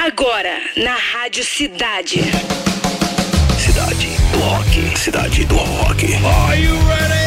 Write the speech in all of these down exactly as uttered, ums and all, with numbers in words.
Agora, na Rádio Cidade. Cidade do Rock. Cidade do Rock. Are you ready?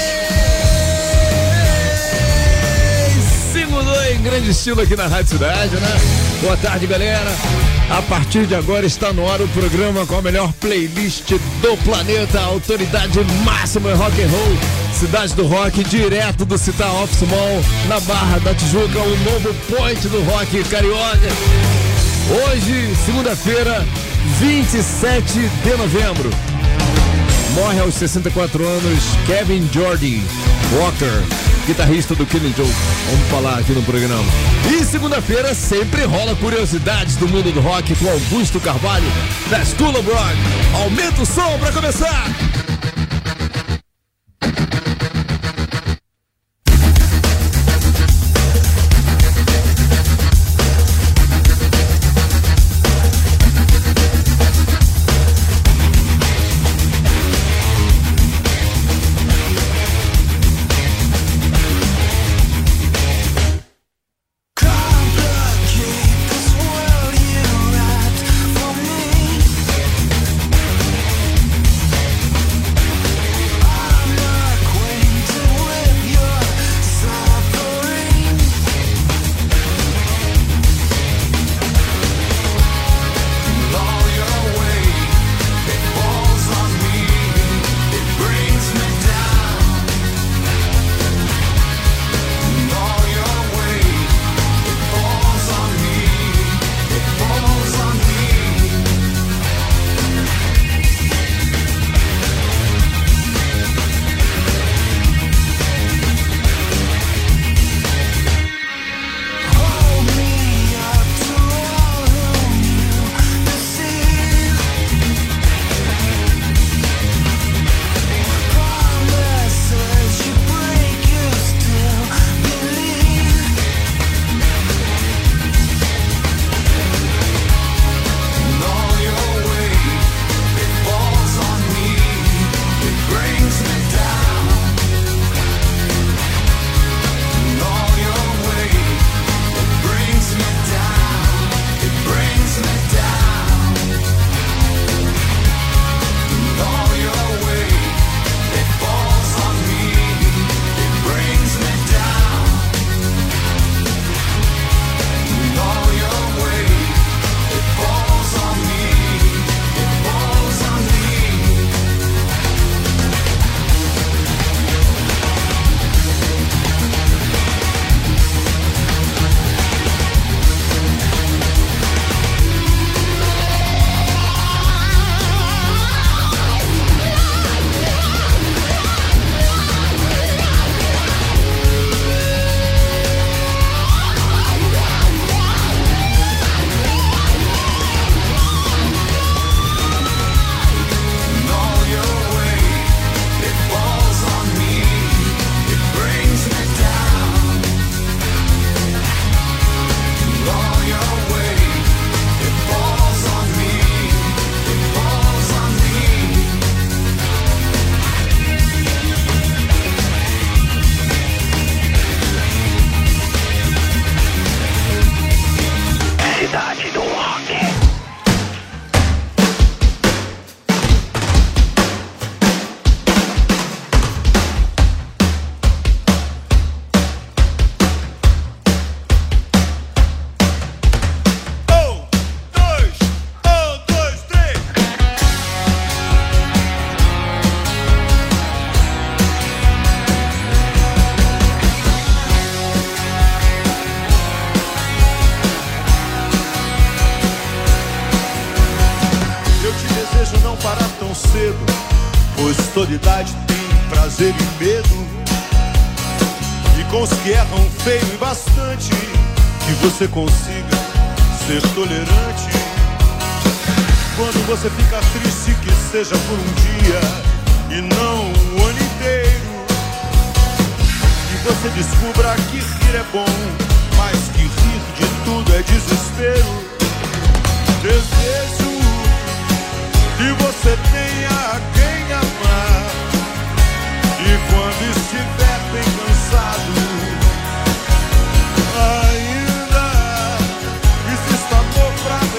Segundou em grande estilo aqui na Rádio Cidade, né? Boa tarde, galera. A partir de agora está no ar o programa com a melhor playlist do planeta, a autoridade máxima em rock and roll. Cidade do Rock, direto do Citar Office Mall, na Barra da Tijuca, o novo point do rock carioca. Hoje, segunda-feira, vinte e sete de novembro. Morre aos sessenta e quatro anos Kevin Jordi Walker, guitarrista do Killing Joke. Vamos falar aqui no programa. E segunda-feira sempre rola curiosidades do mundo do rock com Augusto Carvalho, da School of Rock. Aumenta o som pra começar! toda idade tem prazer e medo, e com os que erram feio e bastante, que você consiga ser tolerante. Quando você fica triste, que seja por um dia e não o ano inteiro, e você descubra que rir é bom, mas que rir de tudo é desespero. Desejo que você tenha quem amar, e quando estiver bem cansado, ainda exista amor pra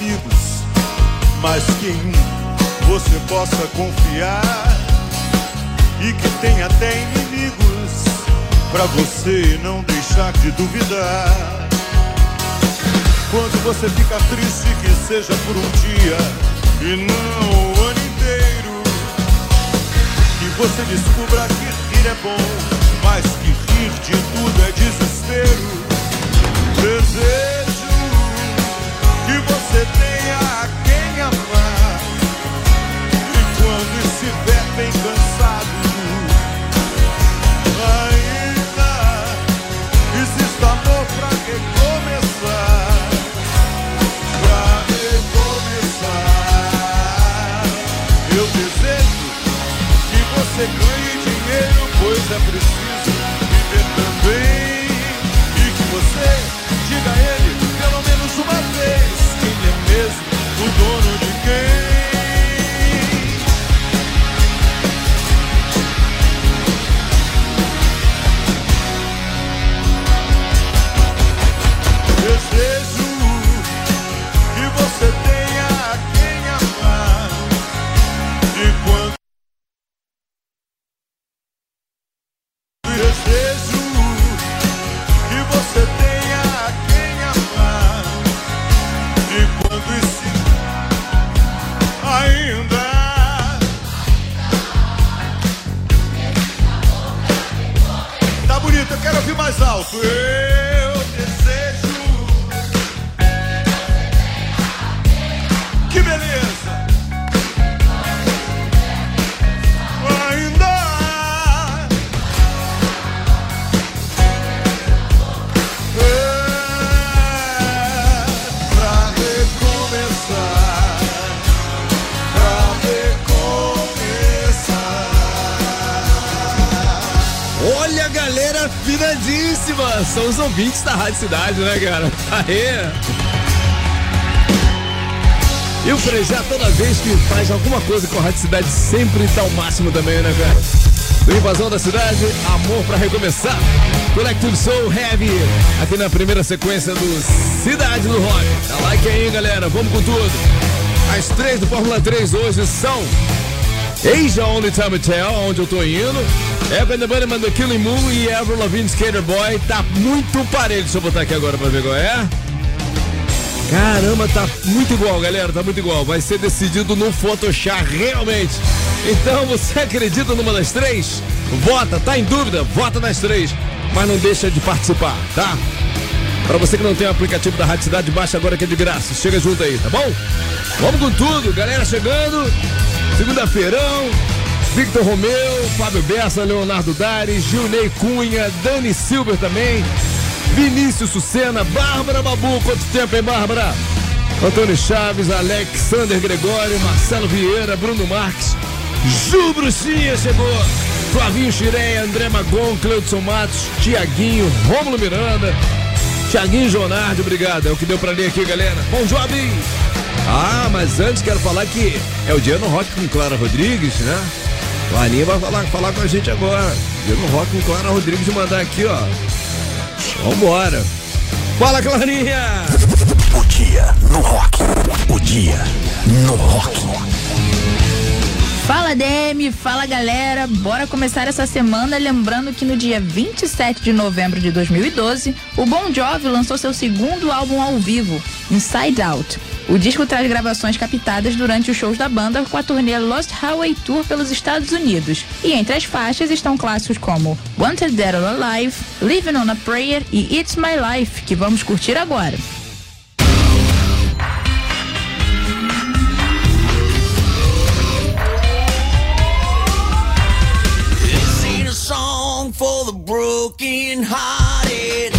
amigos, mas que em um você possa confiar e que tem até inimigos pra você não deixar de duvidar. Quando você fica triste, que seja por um dia e não o ano inteiro, que você descubra que rir é bom, mas que rir de tudo é desespero. Desejo que você tenha a quem amar, e quando estiver bem cansado, ainda existe amor pra recomeçar, pra recomeçar. Eu desejo que você ganhe dinheiro, pois é preciso viver também, e que você diga a ele, pelo menos uma vez, quem é mesmo o dono de quem. Desejo que você tenha a quem amar, e quando desejo que você tenha a quem amar, e quando isso ainda tá bonito, eu quero ouvir mais alto. Eu desejo. Que beleza! Ainda Olha, galera afinadíssima! São os ouvintes da Rádio Cidade, né, cara? Aê! E o Frejá, toda vez que faz alguma coisa com a Rádio Cidade, sempre tá ao máximo também, né, cara? Do Invasão da Cidade, Amor pra Recomeçar, Collective Soul Heavy, aqui na primeira sequência do Cidade do Rock. Dá like aí, galera, vamos com tudo. As três do Fórmula três hoje são Asia Only Time Tell, onde eu tô indo, Evan the Bunnyman, The Killing Moon e Avril Lavigne, Skater Boy. Tá muito parelho, deixa eu botar aqui agora pra ver qual é. Caramba, tá muito igual, galera, tá muito igual. Vai ser decidido no Photoshop, realmente. Então, você acredita numa das três? Vota, tá em dúvida? Vota nas três. Mas não deixa de participar, tá? Pra você que não tem o aplicativo da Rádio Cidade, baixa agora que é de graça. Chega junto aí, tá bom? Vamos com tudo, galera chegando. Segunda-feirão. Victor Romeu, Fábio Bessa, Leonardo Dari, Gilney Cunha, Dani Silver também. Vinícius Sucena, Bárbara Babu, quanto tempo, hein, Bárbara? Antônio Chaves, Alexander Gregório, Marcelo Vieira, Bruno Marques, Ju Bruxinha chegou, Flavinho Chireia, André Magon, Cleudson Matos, Tiaguinho, Rômulo Miranda, Tiaguinho Jonardi, obrigado, é o que deu pra ler aqui, galera. Bom job! Ah, mas antes quero falar que é o Dia no Rock com Clara Rodrigues, né? O Aninha vai falar, falar com a gente agora. Dia no Rock com Clara Rodrigues, mandar aqui, ó. Vambora! Fala, Clarinha! O Dia no Rock. O Dia no Rock. Fala, D M, fala, galera. Bora começar essa semana lembrando que no dia vinte e sete de novembro de dois mil e doze, o Bon Jovi lançou seu segundo álbum ao vivo, Inside Out. O disco traz gravações captadas durante os shows da banda com a turnê Lost Highway Tour pelos Estados Unidos. E entre as faixas estão clássicos como Wanted Dead or Alive, Living on a Prayer e It's My Life, que vamos curtir agora. This ain't a song for the broken hearted.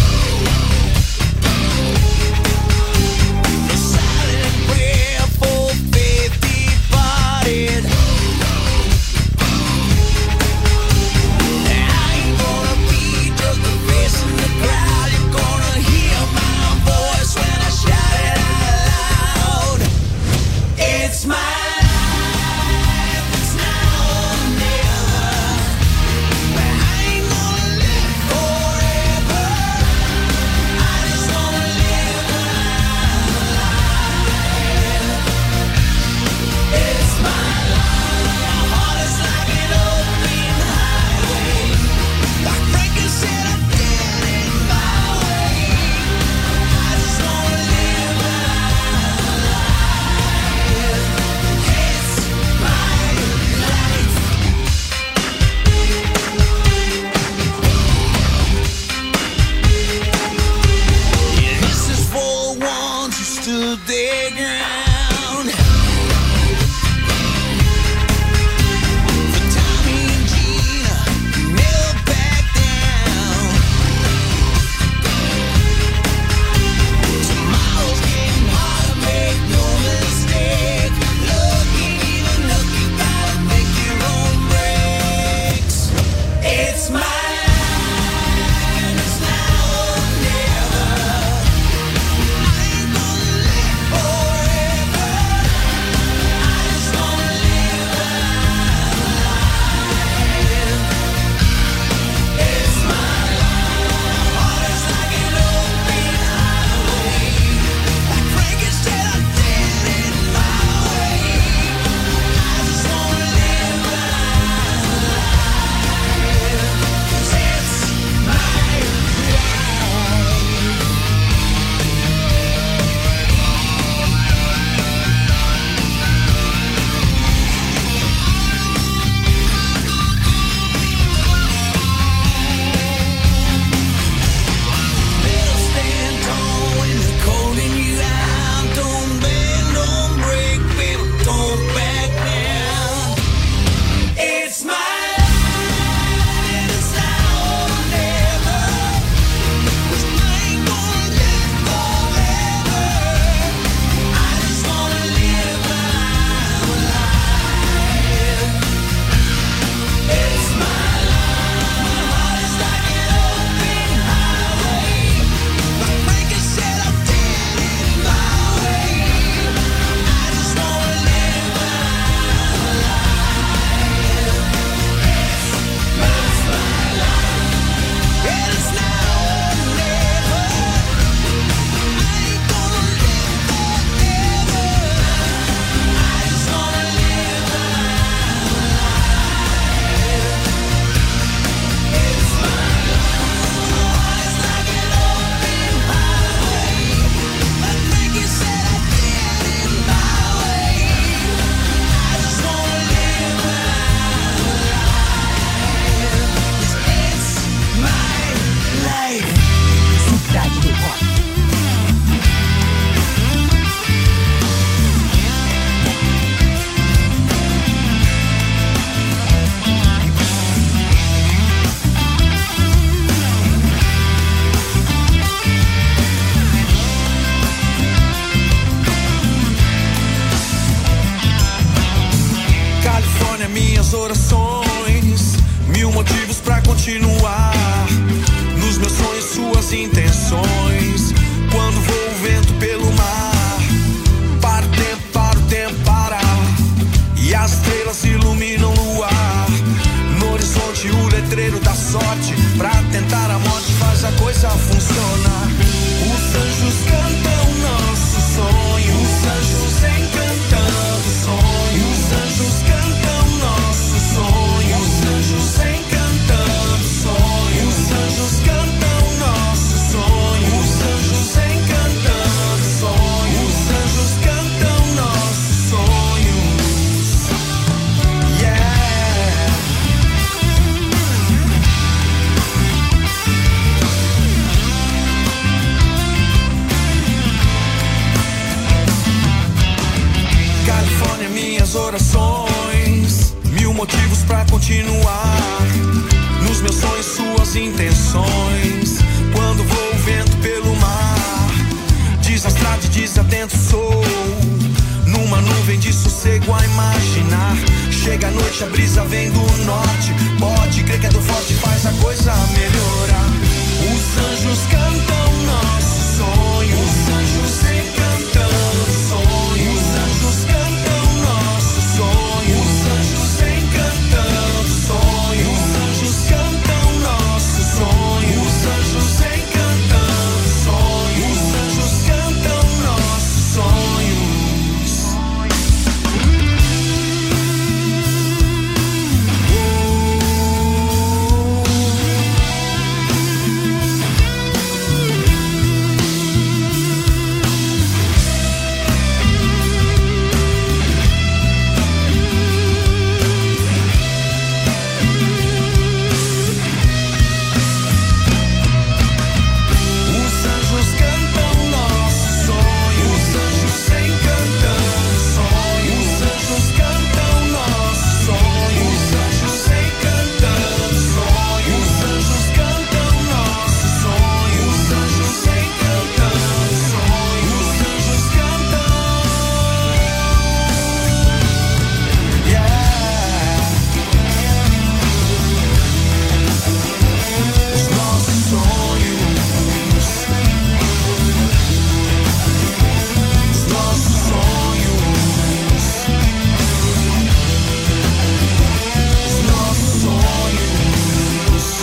minhas orações, mil motivos pra continuar. Nos meus sonhos, suas intenções. Quando vou o vento pelo mar, para o tempo, para o tempo parar. E as estrelas iluminam o luar. No horizonte o letreiro da sorte, pra tentar a morte faz a coisa funcionar. Os anjos cantam nosso sonho, os anjos encantando o sonho. Os anjos cantam nosso sonho, os anjos encantando o sonho. Os anjos cantam nosso sonho, os anjos encantando o sonho. Os anjos cantam nossos sonhos. Yeah. Califórnia, minhas orações, mil motivos pra continuar. Nos meus sonhos, suas intenções. Quando vou o vento pelo mar, desastrado e desatento sou. Numa nuvem de sossego a imaginar. Chega a noite, a brisa vem do norte. Pode crer que é do forte, faz a coisa melhorar. Os anjos cantam nosso sonho, os anjos encantando o sonho. Os anjos cantam nosso sonho, os anjos encantando o sonho. Os anjos cantam nosso sonho, os anjos encantando o sonho. Os anjos cantam nossos sonhos. Os anjos cantam nosso sonho, os anjos encantando o sonho. Os anjos cantam nosso sonho, os anjos encantando o sonho. Os anjos cantam nosso sonho, os anjos encantando o sonho. Os anjos cantam, yeah, os nossos sonhos. Os nossos sonhos, os nossos sonhos.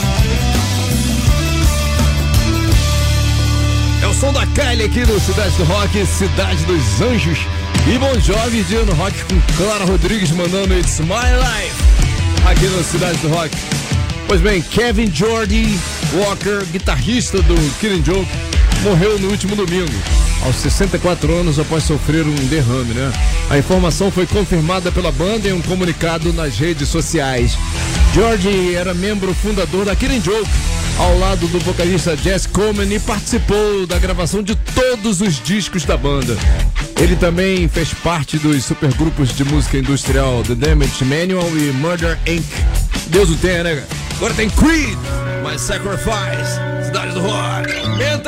É o som da Kylie aqui no Cidade do Rock, Cidade dos Anjos. E Bon Jovi, dia no rock com Clara Rodrigues mandando It's My Life aqui no Cidade do Rock. Pois bem, Kevin Jordy Walker, guitarrista do Killing Joke, morreu no último domingo, aos sessenta e quatro anos, após sofrer um derrame, né? A informação foi confirmada pela banda em um comunicado nas redes sociais. Jordy era membro fundador da Killing Joke, ao lado do vocalista Jesse Coleman, e participou da gravação de todos os discos da banda. Ele também fez parte dos supergrupos de música industrial The Damage Manual e Murder incorporated. Deus o tenha, né? Agora tem Creed, My Sacrifice, Cidade do Rock. Aumenta!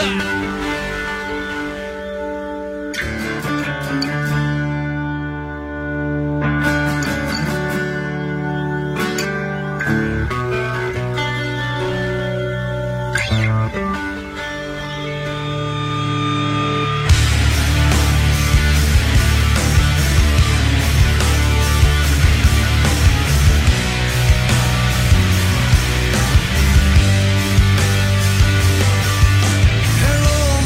Hello,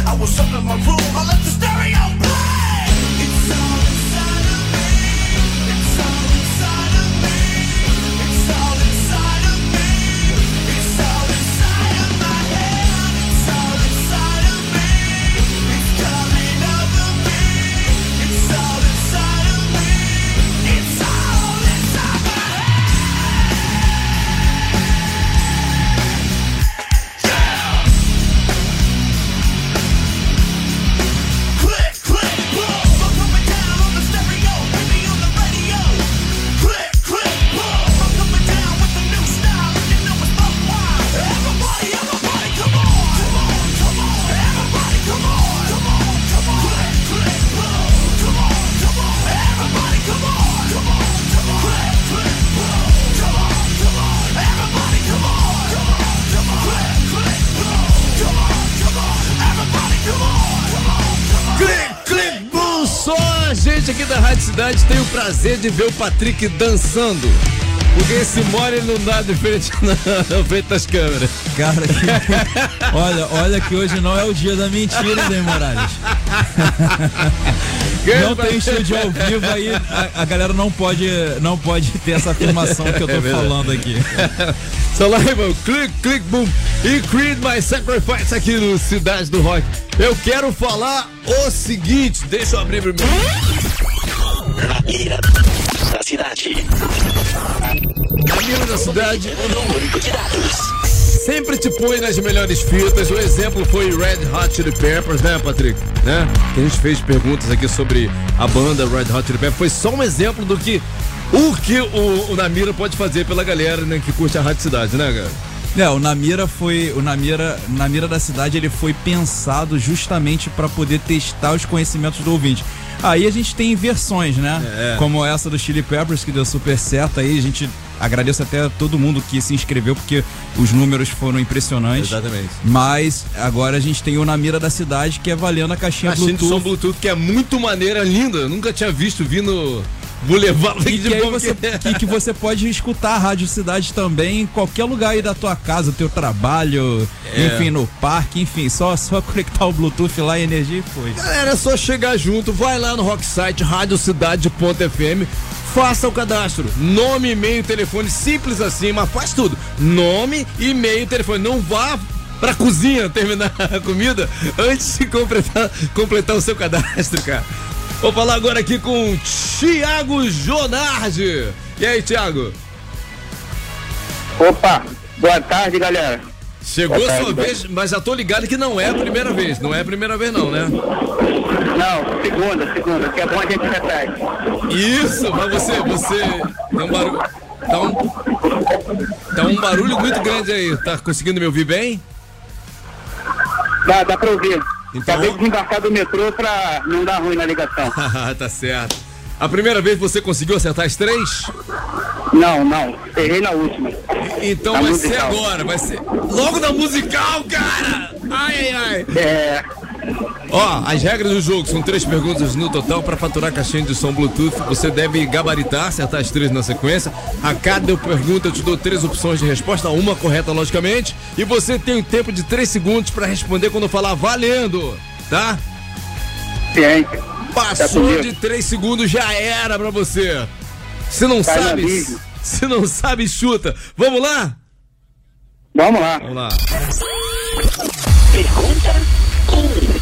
I was up in my room, I let the stereo play. It's all inside of me. It's all inside of me. It's all inside of me. It's all inside of my head. It's all inside of me. It's coming over me. It's all inside of me. It's all inside my gente aqui da Rádio Cidade tem o prazer de ver o Patrick dançando. Porque esse mora ele não dá de frente na frente das câmeras. Cara, que... olha, olha que hoje não é o dia da mentira, hein, Morales? Não tem estúdio ao vivo aí, a, a galera não pode, não pode ter essa afirmação que eu tô é falando aqui. Saliva, click, click, boom. E Creed My Sacrifice aqui no Cidade do Rock. Eu quero falar o seguinte, deixa eu abrir primeiro. Na mira da cidade. Na mira da cidade. O número de dados. Sempre te põe nas melhores fitas. O exemplo foi Red Hot Chili Peppers, né, Patrick? Né? Que a gente fez perguntas aqui sobre a banda Red Hot Chili Peppers. Foi só um exemplo do que o que o, o Namira pode fazer pela galera, né, que curte a Rádio Cidade, né, cara? É, o Namira foi, o Namira, Namira da Cidade, ele foi pensado justamente para poder testar os conhecimentos do ouvinte. Aí a gente tem versões, né? É. Como essa do Chili Peppers, que deu super certo aí, a gente agradece até a todo mundo que se inscreveu, porque os números foram impressionantes. Exatamente. Mas agora a gente tem o Namira da Cidade, que é valendo a caixinha, caixinha Bluetooth. de som Bluetooth, que é muito maneira, linda. Eu nunca tinha visto vindo... Vou levar e que, aí você, que, que você pode escutar a Rádio Cidade também em qualquer lugar aí da tua casa, teu trabalho, é. enfim, no parque, enfim, só, só conectar o Bluetooth lá e energia e foi. Galera, é só chegar junto, vai lá no Rocksite, rádio cidade ponto f m, faça o cadastro, nome, e-mail, telefone, simples assim, mas faz tudo, nome, e-mail, telefone, não vá pra cozinha terminar a comida antes de completar, completar o seu cadastro, cara. Vou falar agora aqui com o Thiago Jonardi. E aí, Thiago? Opa, boa tarde, galera. Chegou boa a tarde, sua vez, mas já tô ligado que não é a primeira vez. Não é a primeira vez não, né? Não, segunda, segunda, que é bom a gente repete. Isso, mas você, você tem um barulho, tá um, tá um barulho muito grande aí. Tá conseguindo me ouvir bem? Dá, dá pra ouvir. Então... Acabei de desembarcar do metrô pra não dar ruim na ligação. Tá certo. A primeira vez você conseguiu acertar as três? Não, não. Errei na última. Então na vai musical. ser agora, vai ser. Logo na musical, cara! Ai, ai, ai. É. Ó, as regras do jogo são três perguntas no total. Para faturar a caixinha de som Bluetooth, você deve gabaritar, acertar as três na sequência. A cada pergunta eu te dou três opções de resposta, uma correta, logicamente. E você tem um tempo de três segundos para responder quando eu falar valendo, tá? Sim. Passou de três segundos, já era pra você. Se não Cai sabe, se não sabe, chuta. Vamos lá? Vamos lá. Vamos lá. Pergunta um.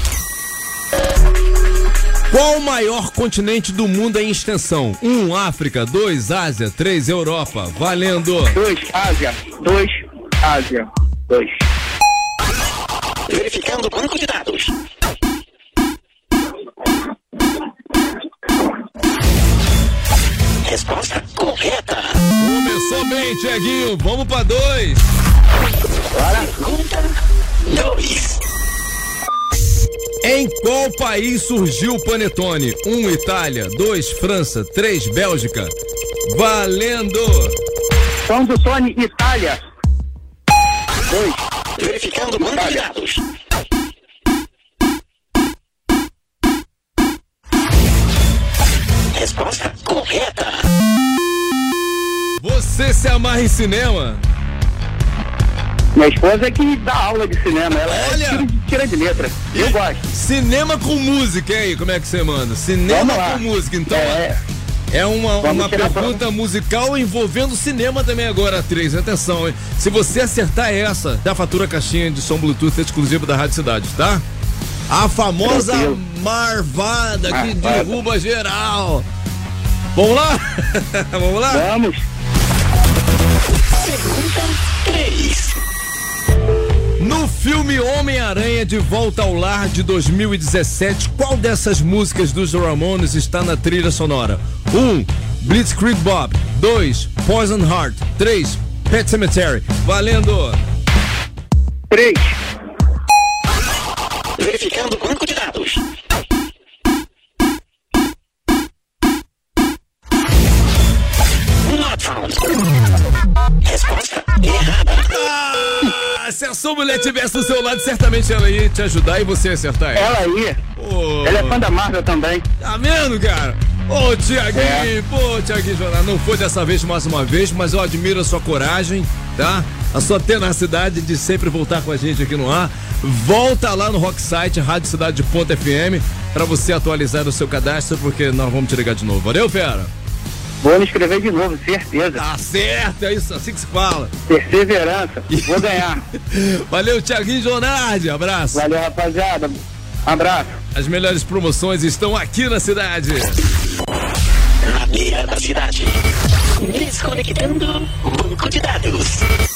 Qual o maior continente do mundo em extensão? Um, África. Dois, Ásia. Três, Europa. Valendo. Dois, Ásia. Dois, Ásia. Dois. Verificando o banco de dados. Resposta correta. Começou bem, Tiaguinho. Vamos pra dois. Pergunta dois. Em qual país surgiu o panetone? Um, Itália. Dois, França. Três, Bélgica. Valendo. São Giussone, Itália. Dois. Verificando o banco de dados. Resposta correta. Você se amarra em cinema? Minha esposa é que dá aula de cinema, ela Olha! é tira de, tira de letra. Eu gosto. Cinema com música, e aí, como é que você manda? Cinema Vamos lá. com música, então É, é uma, Vamos uma tirar pergunta musical envolvendo cinema também agora, atriz. Atenção, hein? Se você acertar essa, já fatura a caixinha de som Bluetooth exclusivo da Rádio Cidade, tá? A famosa Tranquilo. marvada que Marvada. derruba geral. Vamos lá? Vamos lá? vamos. No filme Homem-Aranha de Volta ao Lar de dois mil e dezessete, qual dessas músicas dos Ramones está na trilha sonora? um. Blitzkrieg Bob. dois. Poison Heart. três. Pet Sematary. Valendo! Três. Verificando o banco de dados. Not found. Resposta errada. Ah, se a sua mulher tivesse do seu lado, certamente ela ia te ajudar e você ia acertar ela. Ela aí. Ô, Ela é fã da Marvel também. Tá vendo, cara? Ô, Tiaguinho, É. pô, Tiaguinho Jornal, não foi dessa vez mais uma vez, mas eu admiro a sua coragem, tá? A sua tenacidade de sempre voltar com a gente aqui no ar. Volta lá no Rocksite, rádio cidade ponto f m, pra você atualizar o seu cadastro, porque nós vamos te ligar de novo. Valeu, fera? Vou me inscrever de novo, certeza. Tá certo, é isso, assim que se fala. Perseverança. Vou ganhar. Valeu, Tiaguinho Jonardi, abraço. Valeu, rapaziada. Abraço. As melhores promoções estão aqui na cidade. Na beira da cidade. Desconectando banco de dados.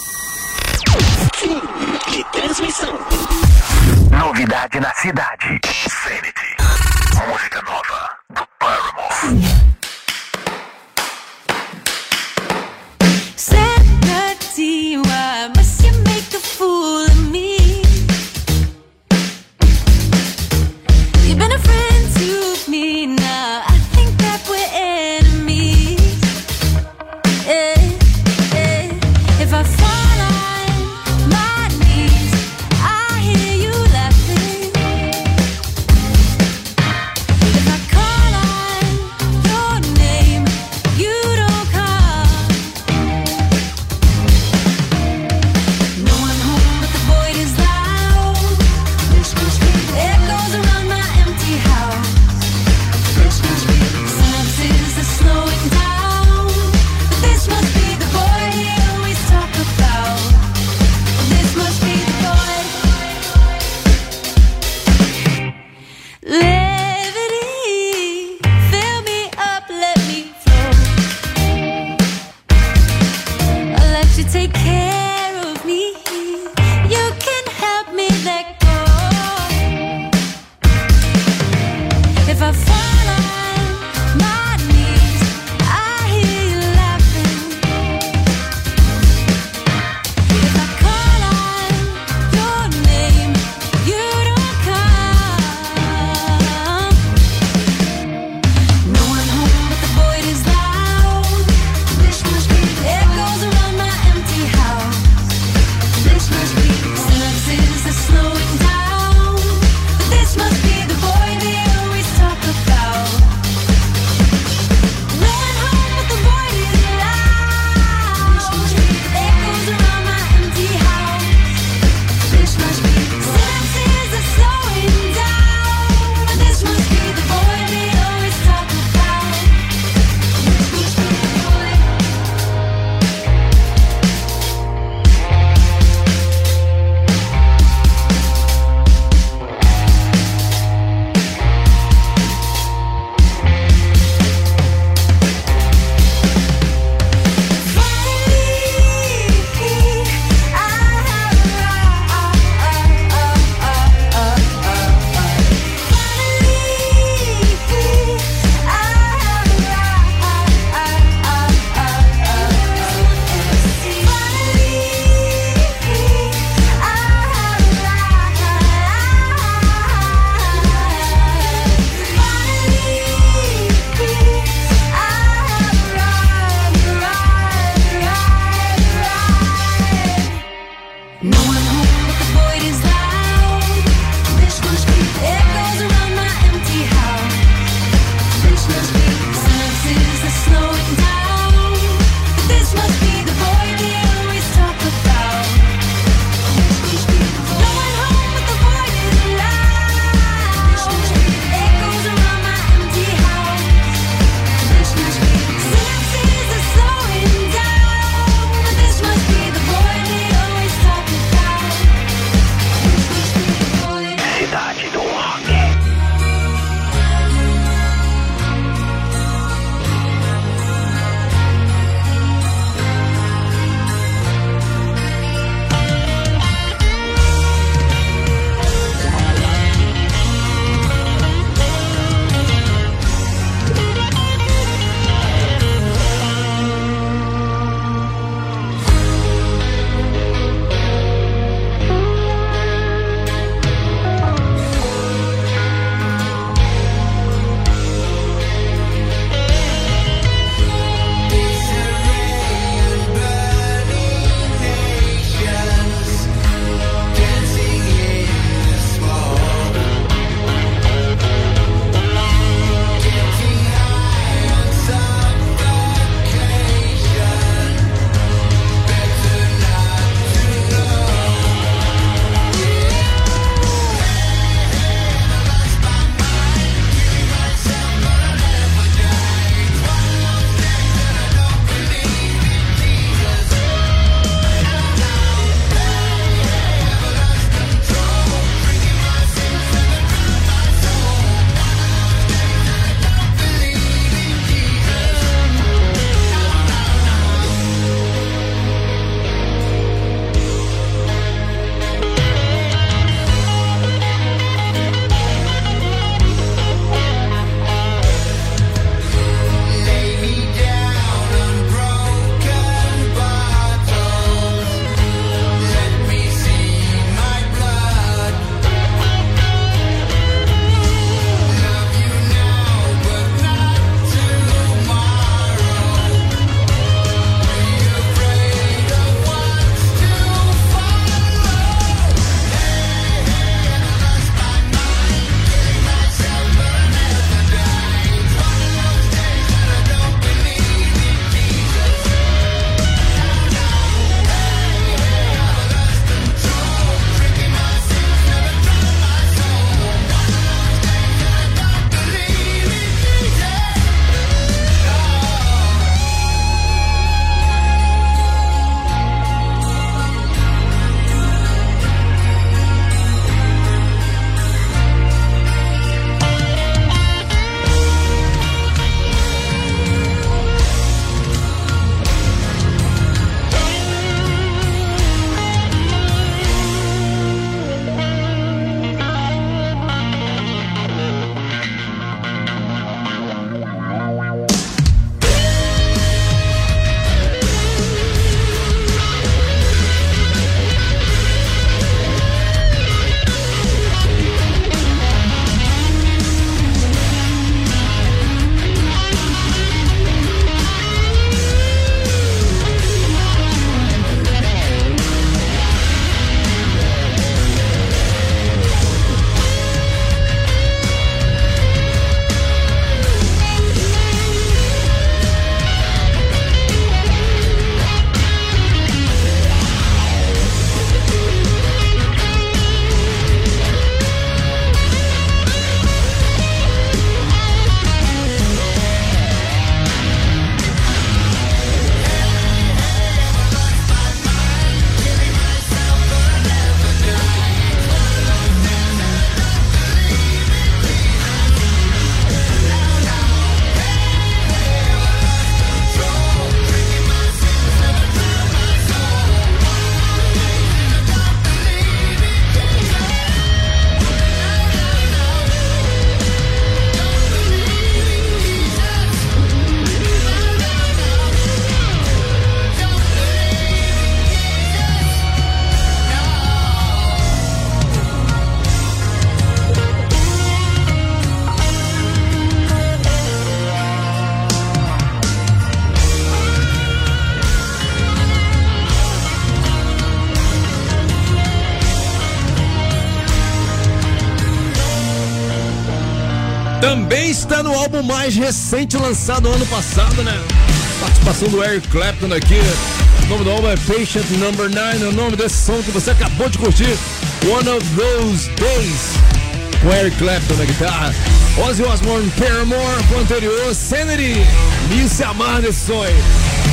Fim de transmissão. Novidade na cidade. Sanity. Música nova do Paramore. Sanity, why must you make a fool of me? You've been a friend to me, now I think that we're enemies. Eh, eh. If I fall on my knees, I hear you laughing. If I call on your Também está no álbum mais recente lançado ano passado, né? Participação do Eric Clapton aqui. O nome do álbum é Patient Number nine. O nome desse som que você acabou de curtir, One of Those Days, com Eric Clapton na guitarra. Ozzy Osbourne, Paramore, com o anterior, Sanity. Me se amar nesse som aí.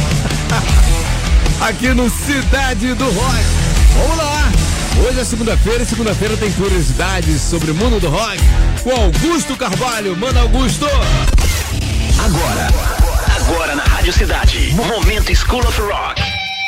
Aqui no Cidade do Rock. Vamos lá! Hoje é segunda-feira e segunda-feira tem curiosidades sobre o mundo do rock com Augusto Carvalho. Manda, Augusto! Agora, agora na Rádio Cidade, Momento School of Rock.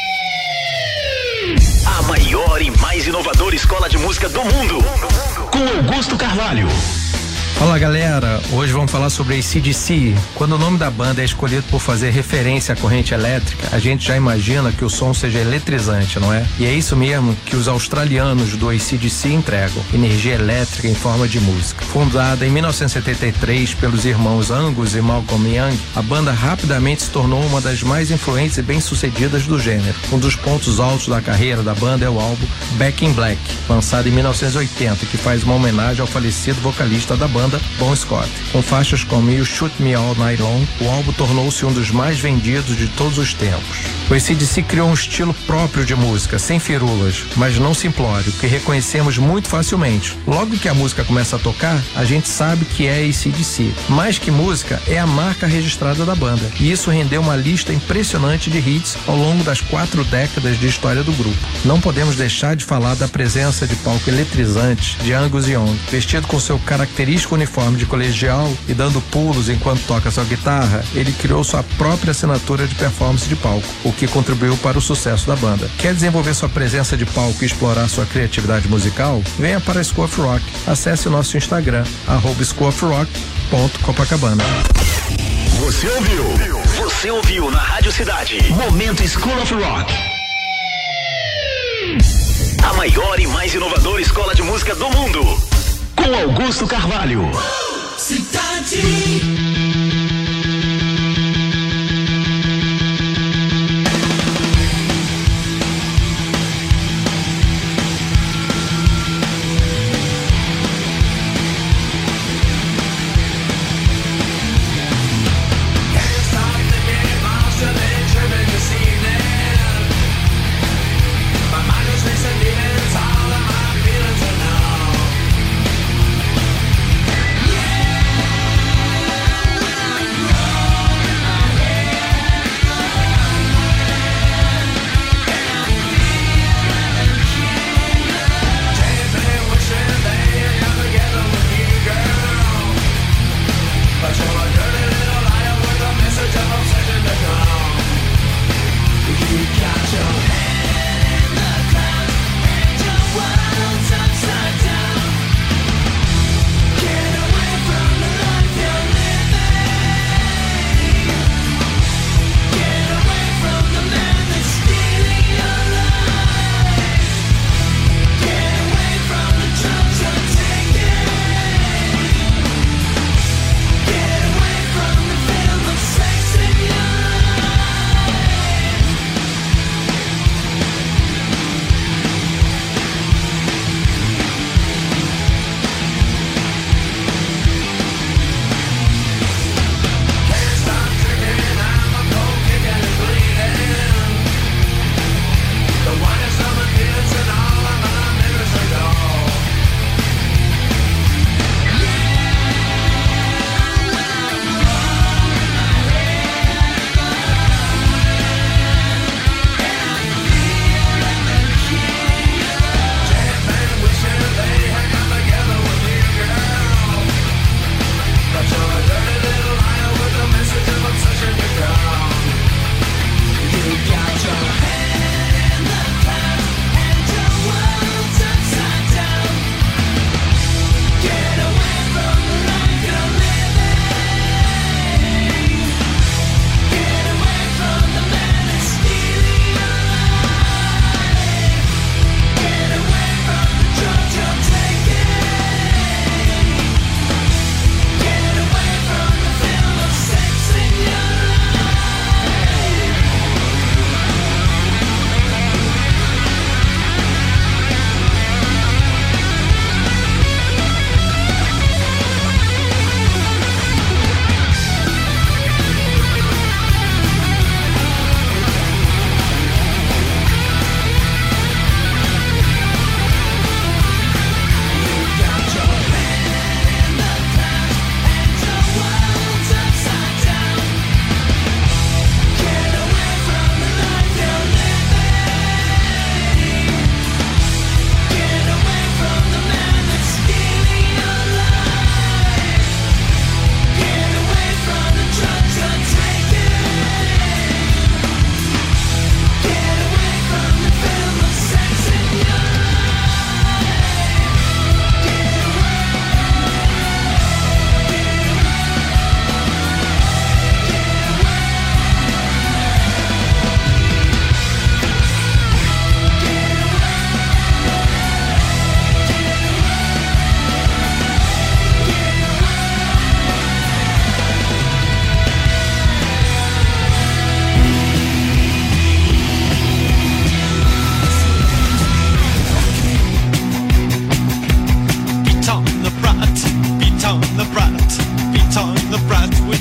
A maior e mais inovadora escola de música do mundo, com Augusto Carvalho. Olá galera, hoje vamos falar sobre A C D C. Quando o nome da banda é escolhido por fazer referência à corrente elétrica, a gente já imagina que o som seja eletrizante, não é? E é isso mesmo que os australianos do A C D C entregam, energia elétrica em forma de música. Fundada em mil novecentos e setenta e três pelos irmãos Angus e Malcolm Young, a banda rapidamente se tornou uma das mais influentes e bem-sucedidas do gênero. Um dos pontos altos da carreira da banda é o álbum Back in Black, lançado em mil novecentos e oitenta, que faz uma homenagem ao falecido vocalista da banda, Bon Scott. Com faixas como You Shoot Me All Night Long, o álbum tornou-se um dos mais vendidos de todos os tempos. O A C D C criou um estilo próprio de música, sem firulas, mas não simplório, que reconhecemos muito facilmente. Logo que a música começa a tocar, a gente sabe que é A C D C. Mais que música, é a marca registrada da banda. E isso rendeu uma lista impressionante de hits ao longo das quatro décadas de história do grupo. Não podemos deixar de falar da presença de palco eletrizante de Angus Young, vestido com seu característico uniforme de colegial e dando pulos enquanto toca sua guitarra. Ele criou sua própria assinatura de performance de palco, o que contribuiu para o sucesso da banda. Quer desenvolver sua presença de palco e explorar sua criatividade musical? Venha para a School of Rock. Acesse o nosso Instagram, arroba school of rock ponto copacabana. Você ouviu? Você ouviu na Rádio Cidade, Momento School of Rock. A maior e mais inovadora escola de música do mundo, com Augusto Carvalho. Cidade.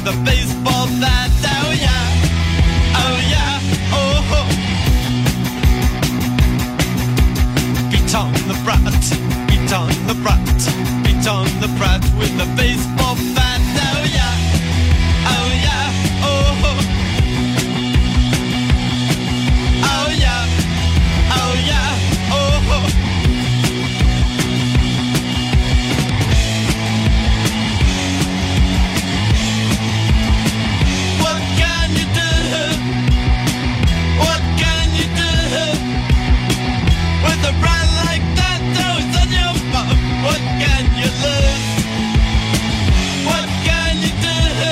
a baseball bat. Oh yeah, oh yeah, oh. Beat on the brat, beat on the brat, beat on the brat with a baseball bat. Oh yeah, oh yeah, oh. Oh yeah, oh yeah, oh. What can you do? What can you do with a brand like that? Those on your bum. What can you lose? What can you do?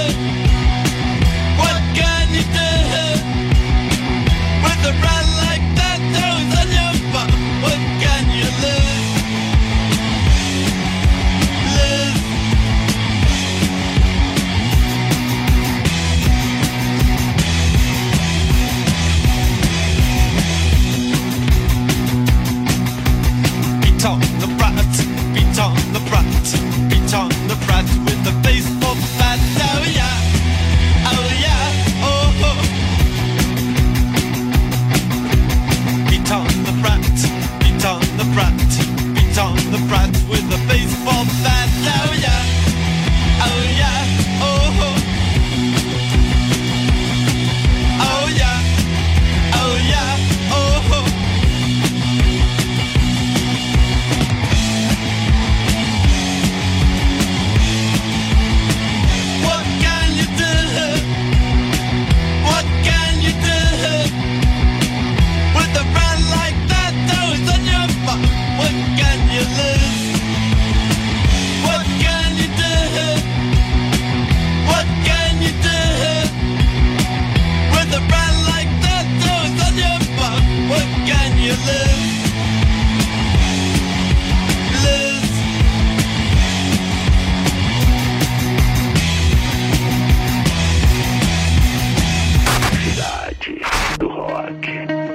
What can you do with a brand like that? Those on your bum. What can you lose? Lose. Beat on the brat, beat on the brat, beat on the brat with a baseball bat. Oh yeah, oh yeah, oh. Beat on the brat, beat on the brat, beat on the brat with a baseball bat. Oh yeah, oh yeah, oh. Oh yeah, oh yeah, oh. What can you do? What can you do with a brand like that? Those on your bum. What can you lose? What can you do? What can you do with a brand like that? Those on your bum. What can you lose? Lose. Cidade do Rock.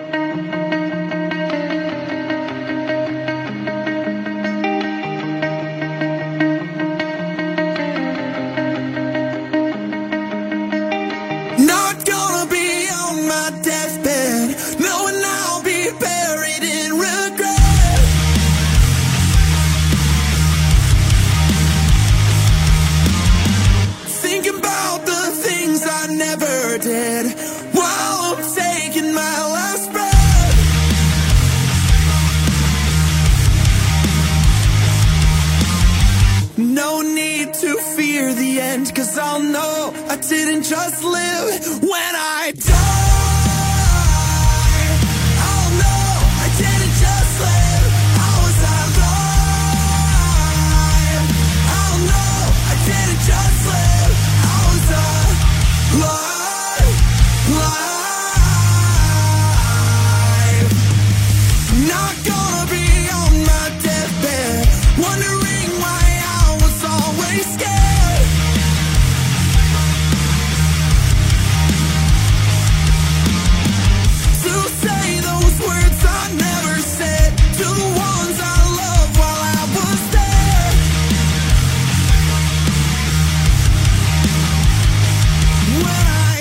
Not gonna be on my deathbed, knowing I'll be buried in regret. Thinking about the things I never did while I'm taking my last breath. No need to fear the end, 'cause I'll know I didn't just live. When I die, I'll know I didn't just live. How was I alive? I'll know I didn't just live. How was I alive? Alive. Not gonna be on my deathbed, wondering why I was always scared. To say those words I never said to the ones I loved while I was there. When I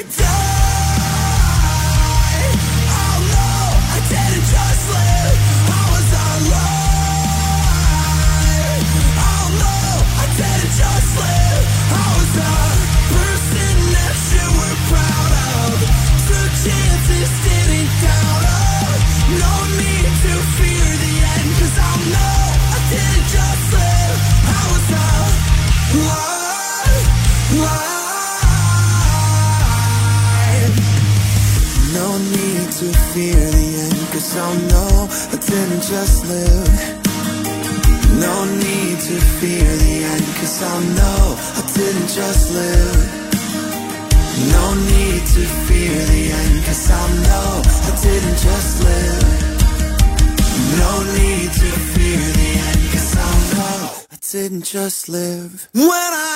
die, I'll know I didn't just live. How was I alive? I'll know I didn't just live. How was I person that you were proud of? Two chances didn't count up. No need to fear the end, 'cause I'll know I didn't just live. How was I alive? Alive. No need to fear the end, 'cause I'll know I didn't just live. No need to fear the end, 'cause I'll know I didn't just live. No need to fear the end, 'cause I'll know I didn't just live. No need to fear the end, 'cause I'll know I didn't just live. When I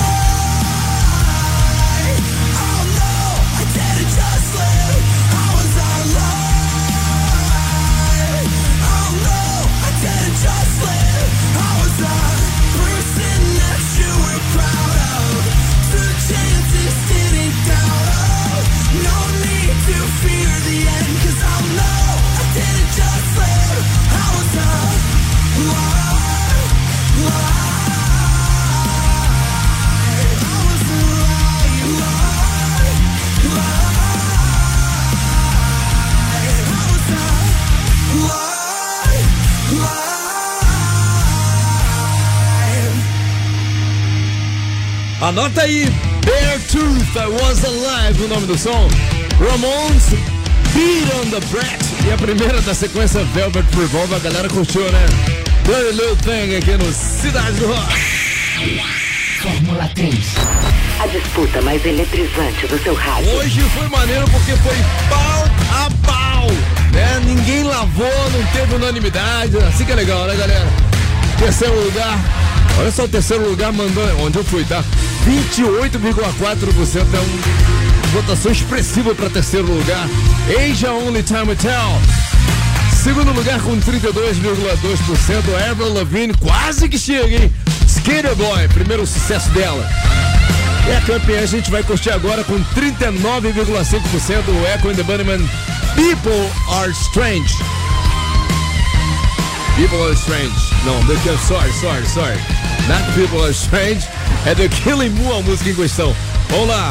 die, I'll know I didn't just live. How was I alive? I'll know I didn't just live. How was I person that you were proud of? Two chances Anota aí, Beartooth, I Was Alive, o nome do som. Ramones, Beat on the Brat. E a primeira da sequência, Velvet Revolver, a galera curtiu, né? Bloody Little Thing aqui no Cidade do Rock. Fórmula três. A disputa mais eletrizante do seu rádio. Hoje foi maneiro porque foi pau a pau, né? Ninguém lavou, não teve unanimidade, assim que é legal, né, galera? Terceiro lugar, olha só, o terceiro lugar mandou, onde eu fui, tá? vinte e oito vírgula quatro por cento é uma votação expressiva para terceiro lugar. Asia Only Time Will Tell. Segundo lugar com trinta e dois vírgula dois por cento, Avril Lavigne, quase que chega, hein? Skater Boy, primeiro sucesso dela. E a campeã a gente vai curtir agora com trinta e nove vírgula cinco por cento, o Echo and the Bunnymen, People Are Strange. People Are Strange. Não, the, sorry, sorry, sorry. Not People Are Strange. É The Killing Moon a música em questão. Vamos lá.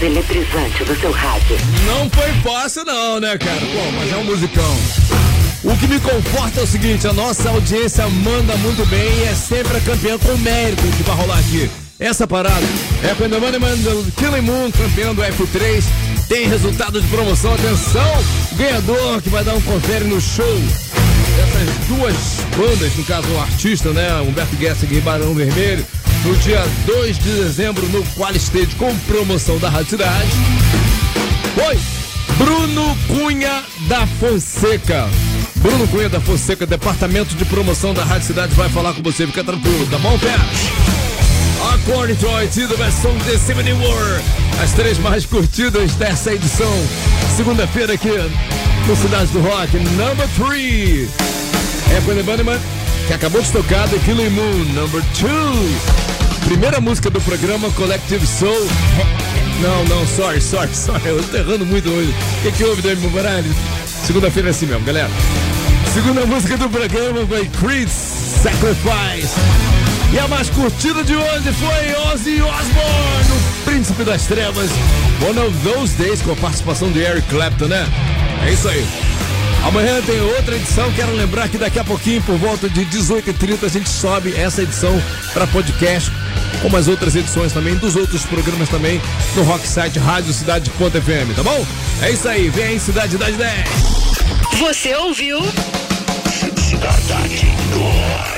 eletrizante do seu rádio. Não foi fácil não, né, cara? Pô, mas é um musicão. O que me conforta é o seguinte, a nossa audiência manda muito bem e é sempre a campeã com mérito que vai rolar aqui. Essa parada é com a Money Man do Killing Moon, campeão do F três. Tem resultado de promoção, atenção, ganhador que vai dar um confere no show. Essas duas bandas, no caso o artista, né, Humberto Gessinger e Barão Vermelho, no dia dois de dezembro no Qual Stage com promoção da Rádio Cidade. Foi Bruno Cunha da Fonseca. Bruno Cunha da Fonseca, departamento de promoção da Rádio Cidade, vai falar com você, fica tranquilo, tá bom, Pé? According to I T, da versão de Civil War, as três mais curtidas dessa edição, segunda-feira aqui no Cidade do Rock, number three. É com The Bunnyman, que acabou de tocar, The Killing Moon, number two. Primeira música do programa, Collective Soul. Não, não, sorry, sorry, sorry, eu tô errando muito hoje. O que que houve, David Morales? Segunda-feira é assim mesmo, galera. Segunda música do programa foi Creed's Sacrifice. E a mais curtida de hoje foi Ozzy Osbourne, o Príncipe das Trevas. One of Those Days, com a participação de Eric Clapton, né? É isso aí. Amanhã tem outra edição, quero lembrar que daqui a pouquinho, por volta de dezoito e trinta, a gente sobe essa edição para podcast, como as outras edições também, dos outros programas também, no Rocksite Rádio Cidade ponto F M, tá bom? É isso aí, vem aí, Cidade das dez. Você ouviu? Cidade do Rock.